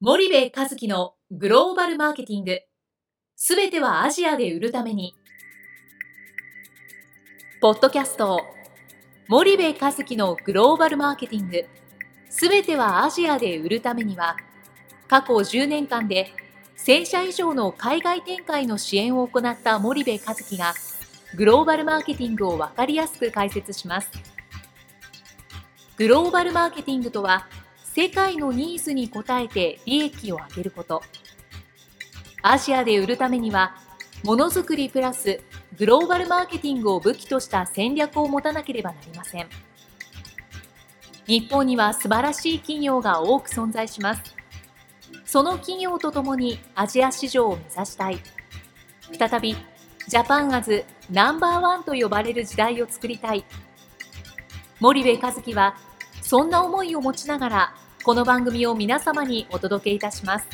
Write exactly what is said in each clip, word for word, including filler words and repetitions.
森部一樹のグローバルマーケティング、すべてはアジアで売るために。ポッドキャスト森部一樹のグローバルマーケティング、すべてはアジアで売るためには、過去じゅうねんかんでせんしゃ以上の海外展開の支援を行った森部一樹がグローバルマーケティングを分かりやすく解説します。グローバルマーケティングとは、世界のニーズに応えて利益を上げること。アジアで売るためには、ものづくりプラスグローバルマーケティングを武器とした戦略を持たなければなりません。日本には素晴らしい企業が多く存在します。その企業とともにアジア市場を目指したい。再び、ジャパンアズナンバーワンと呼ばれる時代を作りたい。森部一樹は、そんな思いを持ちながら、この番組を皆様にお届けいたします。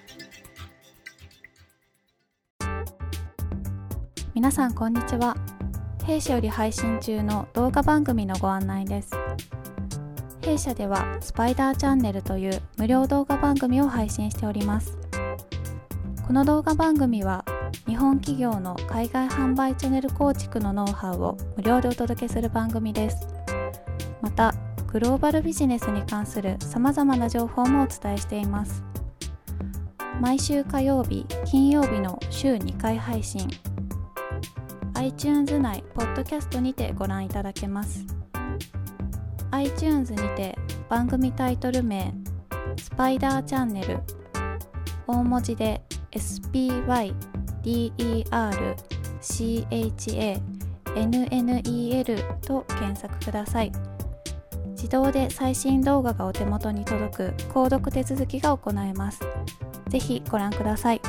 皆さんこんにちは。弊社より配信中の動画番組のご案内です。弊社ではスパイダーチャンネルという無料動画番組を配信しております。この動画番組は日本企業の海外販売チャンネル構築のノウハウを無料でお届けする番組です。またグローバルビジネスに関するさまざまな情報もお伝えしています。毎週火曜日、金曜日の週にかい配信。iTunes 内、ポッドキャストにてご覧いただけます。iTunes にて番組タイトル名、スパイダーチャンネル、大文字で エスピーワイディーイーアールシーエイチエーエヌエヌイーエル と検索ください。自動で最新動画がお手元に届く購読手続きが行えます。ぜひご覧ください。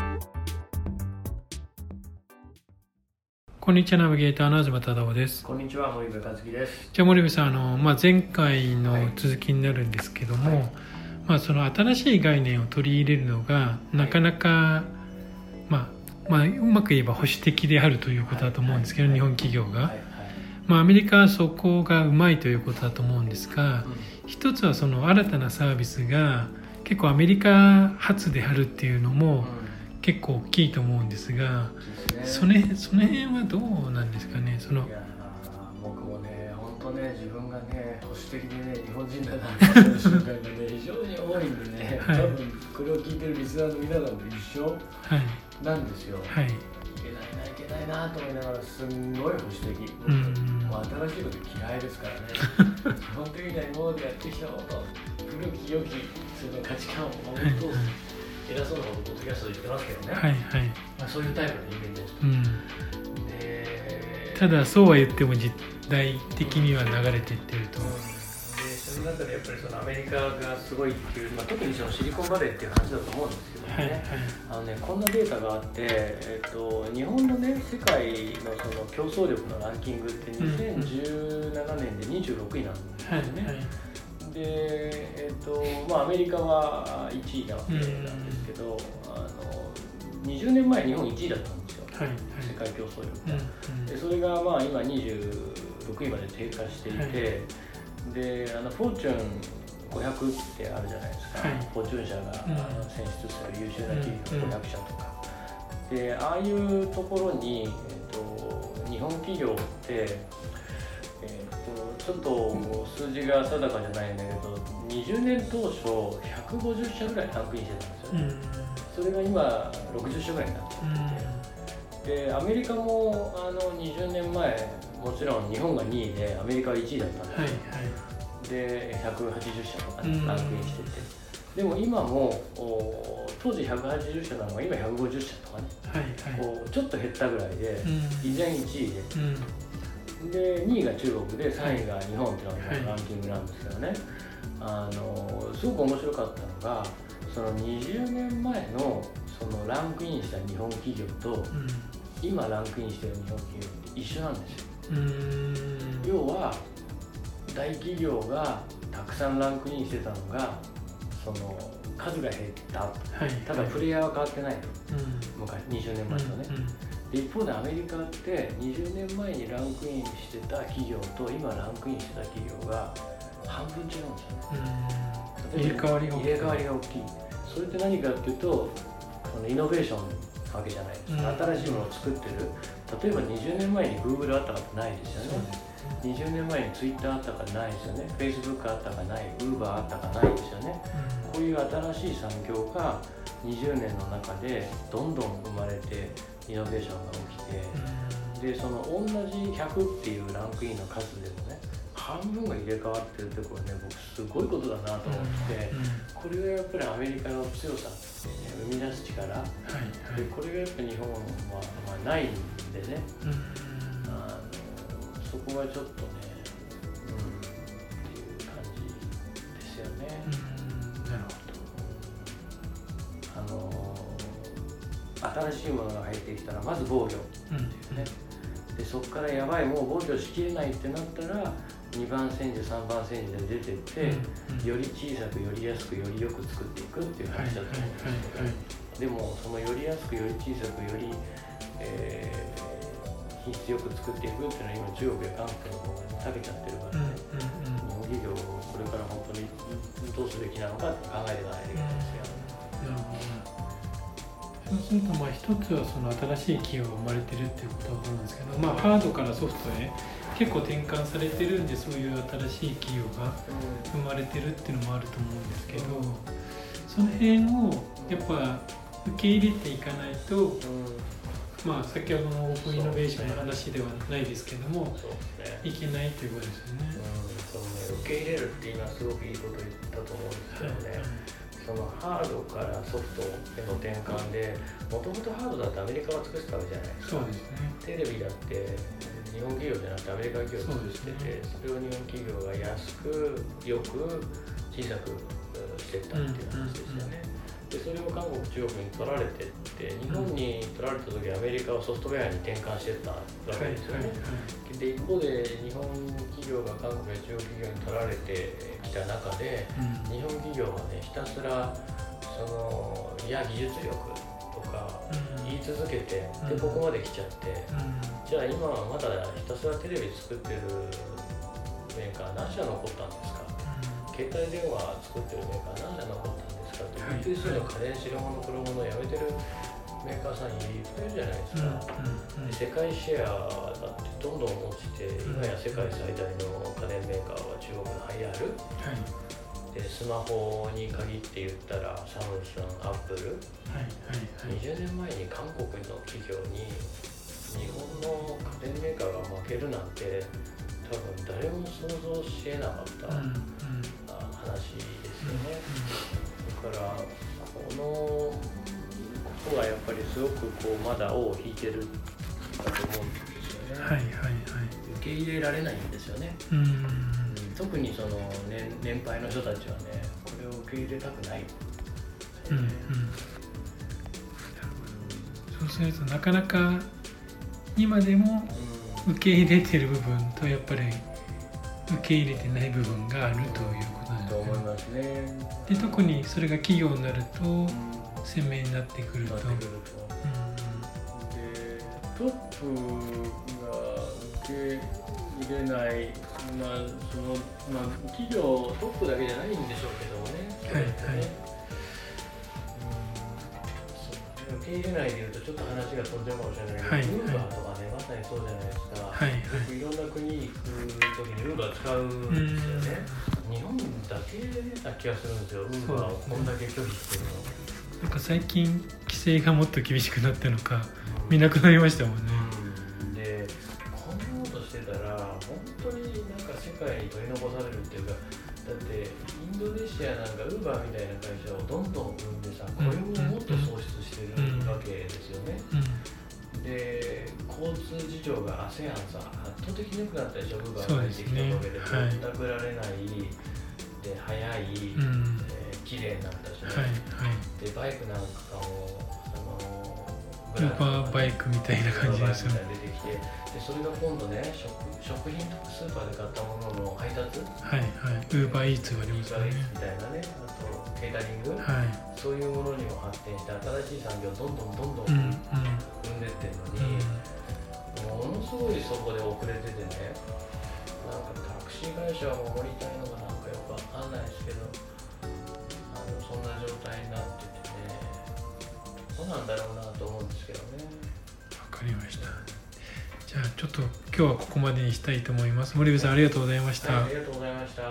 こんにちは、ナビゲーターの東忠夫です。 こんにちは、森部一樹です。 じゃあ森部さん、あの、まあ、前回の続きになるんですけども、はい、まあ、その新しい概念を取り入れるのがなかなか、まあまあ、うまく言えば保守的であるということだと思うんですけど、はい、日本企業が、はいはい、まあ、アメリカはそこがうまいということだと思うんですが、うん、一つはその新たなサービスが結構アメリカ発であるっていうのも結構大きいと思うんですが、うん、その辺、その辺はどうなんですかね。そのいや僕もね、本当ね、自分がね保守的でね、日本人だなという瞬間がね非常に多いんでね、はい、多分これを聞いてるリスナーの皆さんと一緒なんですよ。はい、いけないないけないなと思いながら、すんごい保守的、うん、もう新しいこと嫌いですからね基本的には今までやってきたこと古き良きその価値観を守ると、はい、偉そうなことをポッドキャストで言ってますけどね、はいはい、まあ、そういうタイプの人間です、うん、でただそうは言っても実体的には流れていってると、うん、 でその中でやっぱりそのアメリカがすごいっていう、まあ、特にそのシリコンバレーっていう話だと思うんですけどね、はいはい、あのね、こんなデータがあって、えっと、日本のね世界のその競争力のランキングってにせんじゅうななねんでにじゅうろくいなんですよね、はいはい、で、えっとまあ、アメリカはいちいなわけなんですけど、あのにじゅうねんまえ日本いちいだったんですよ、はいはい、世界競争力が、うんうん、でそれがまあ今にじゅうろくいまで低下していて、はい、であのフォーチュンごひゃくってあるじゃないですか、はい、フォーチュン社が、うん、選出する優秀な企業ごひゃくしゃとか、うん、でああいうところに、えー、と日本企業って、えー、とちょっと数字が定かじゃないんだけど、にじゅうねん当初ひゃくごじゅっしゃぐらいランクインしてたんですよ、うん、それが今ろくじゅっしゃぐらいになっちゃってて、うん、でアメリカもあのにじゅうねんまえもちろん日本がにいでアメリカはいちいだったんですよ、はいはい、でひゃくはちじゅっしゃとか、ね、ランクインしてて、でも今も当時ひゃくはちじゅっしゃなのが今ひゃくごじゅっしゃとかね、はいはい、こうちょっと減ったぐらいで、うん、依然いちいで、うん、でにいが中国でさんいが日本っていうのがランキングなんですけどね、はい、あのすごく面白かったのが、そのにじゅうねんまえのそのランクインした日本企業と、うん、今ランクインしている日本企業って一緒なんですよ。うーん、要は大企業がたくさんランクインしてたのがその数が減った、はい、ただプレイヤーは変わってないと、うん、昔にじゅうねんまえとね、うんうん、で一方でアメリカってにじゅうねんまえにランクインしてた企業と今ランクインしてた企業が半分違うんですよね。うん、 入れ替わりが大きい。 入れ替わりが大きい。 それって何かっていうとそのイノベーションなわけじゃないですか、うん、新しいものを作ってる。例えばにじゅうねんまえに Google あったかってないですよね。にじゅうねんまえに Twitter あったかないですよね。 Facebook あったかない、 Uber あったかないですよね、うん、こういう新しい産業がにじゅうねんの中でどんどん生まれてイノベーションが起きて、うん、でその同じひゃくっていうランクインの数でもね半分が入れ替わってるってこれね僕すごいことだなと思って、うんうん、これがやっぱりアメリカの強さって、ね、生み出す力、はいはい、でこれがやっぱり日本は、まあ、ないんでね、うん、あのそこはちょっとね、うん、っていう感じですよね、うん、なるほど。あの新しいものが入ってきたらまず防御っていうね、うん、でそこからやばいもう防御しきれないってなったらにばん煎じさんばん煎じで出てって、うんうん、より小さくより安くよりよく作っていくっていう話だと思うんですけど、はいはいはいはい、でもそのより安くより小さくより、えー、品質よく作っていくっていうのは今中国や韓国の方が長けちゃってるからね、うんうんうん、日本企業をこれから本当にどうすべきなのかって考えていかないといけないですよ、うん、なるほど。 そうするとまあ一つはその新しい企業が生まれてるっていうことだと思うんですけど、まあ、ハードからソフトへ結構転換されてるんでそういう新しい企業が生まれてるっていうのもあると思うんですけど、その辺をやっぱ受け入れていかないと、まあ先ほどのオープンイノベーションの話ではないですけども、いけないということですよね。 うん、そのね受け入れるって今すごくいいこと言ったと思うんですけどね、はいはい、そのハードからソフトへの転換で、もともとハードだってアメリカが作ってたわけじゃないですか。 そうですね。 テレビだって日本企業じゃなくてアメリカ企業が作ってて、それを日本企業が安くよく小さくしていったっていう話ですよね。でそれを韓国中国に取られてって日本に取られた時アメリカはソフトウェアに転換していったわけですよね。で一方で日本企業が韓国や中国企業に取られてきた中で、うん、日本企業はねひたすらそのいや技術力とか言い続けて、うん、でここまで来ちゃって、うん、じゃあ今はまだひたすらテレビ作ってるメーカー何社残ったんですか、うん、携帯電話作ってるメーカー何社残ったんですかって、はい、ビーツーシー の家電白物黒物をやめてるメーカーさんいっぱいいるじゃないですか、うんうんうん、で世界シェアだってどんどん落ちて、今や世界最大の家電メーカーは中国のハイアール、はい、でスマホに限って言ったらサムスン、アップル、はいはいはい、にじゅうねんまえに韓国の企業に日本の家電メーカーが負けるなんて多分誰も想像しえなかった、うんうん、話ですよね、うんうん、だからこのここがやっぱりすごくこうまだ尾を引いてるだと思うんですよね。はいはいはい。受け入れられないんですよね。うん、うん、特にその、ね、年配の人たちはね、これを受け入れたくない。うんうん。 そうするとなかなか今でも受け入れてる部分とやっぱり受け入れてない部分があるということなんですね。と思いますね。で特にそれが企業になると、うん鮮明になってくると、なってくると、 うん、でトップが受け入れない、まあそのまあ、企業トップだけじゃないんでしょうけどもね、はいはいうん、受け入れないでいうとちょっと話が飛んじゃうかもしれないけど、ウーバーとかねまさにそうじゃないですか、はいはい、よくいろんな国に行く時にウーバー使うんですよね、うん、日本だけな気がするんですよ、ウーバーをこんだけ拒否してるの。 なんか最近規制がもっと厳しくなってるのか、うん、見なくなりましたもんね、 うん、でこんなことしてたら本当になんか世界に取り残されるっていうか、だってインドネシアなんかウーバーみたいな会社をどんどん生んでさ雇用をもっと創出してるわけですよね、うんうん、で交通事情が アセアン さ圧倒的に良くなったでしょ、ウーバーが入ってきたおかげでぼったくられない、で早い、うんえー、綺麗になったしね、はいはい、でバイクなんかもウーバーバイクみたいな感じですよね。 出てきて、でそれが今度ね 食, 食品とかスーパーで買ったものの配達、 はいはい、ウーバーイーツがありますよね。 みたいなね、あとケータリング、はい、そういうものにも発展して新しい産業をどんどんどんどん生んでってるのに、うんうん、ものすごいそこで遅れててね、なんかタクシー会社を守りたいのがなんかよくわかんないですけど、あのそそんな状態になっててね、どうなんだろうなと思うんですけどね。 わかりました。じゃあちょっと今日はここまでにしたいと思います。森部さんありがとうございました。 はい、ありがとうございました。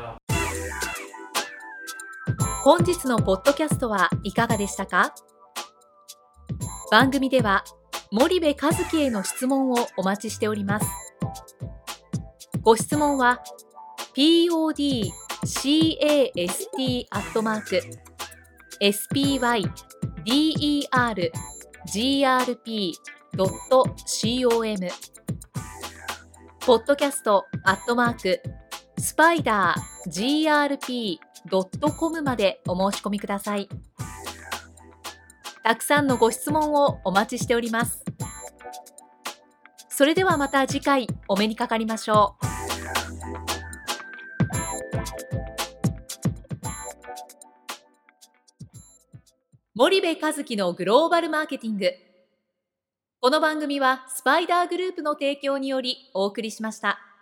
本日のポッドキャストはいかがでしたか？番組では森部一樹への質問をお待ちしております。ご質問は podcast アットマーク spydergrp.com ポッドキャストアットマークスパイダー ジーアールピードットコム までお申し込みください。たくさんのご質問をお待ちしております。それではまた次回お目にかかりましょう。森部一樹のグローバルマーケティング。この番組はスパイダーグループの提供によりお送りしました。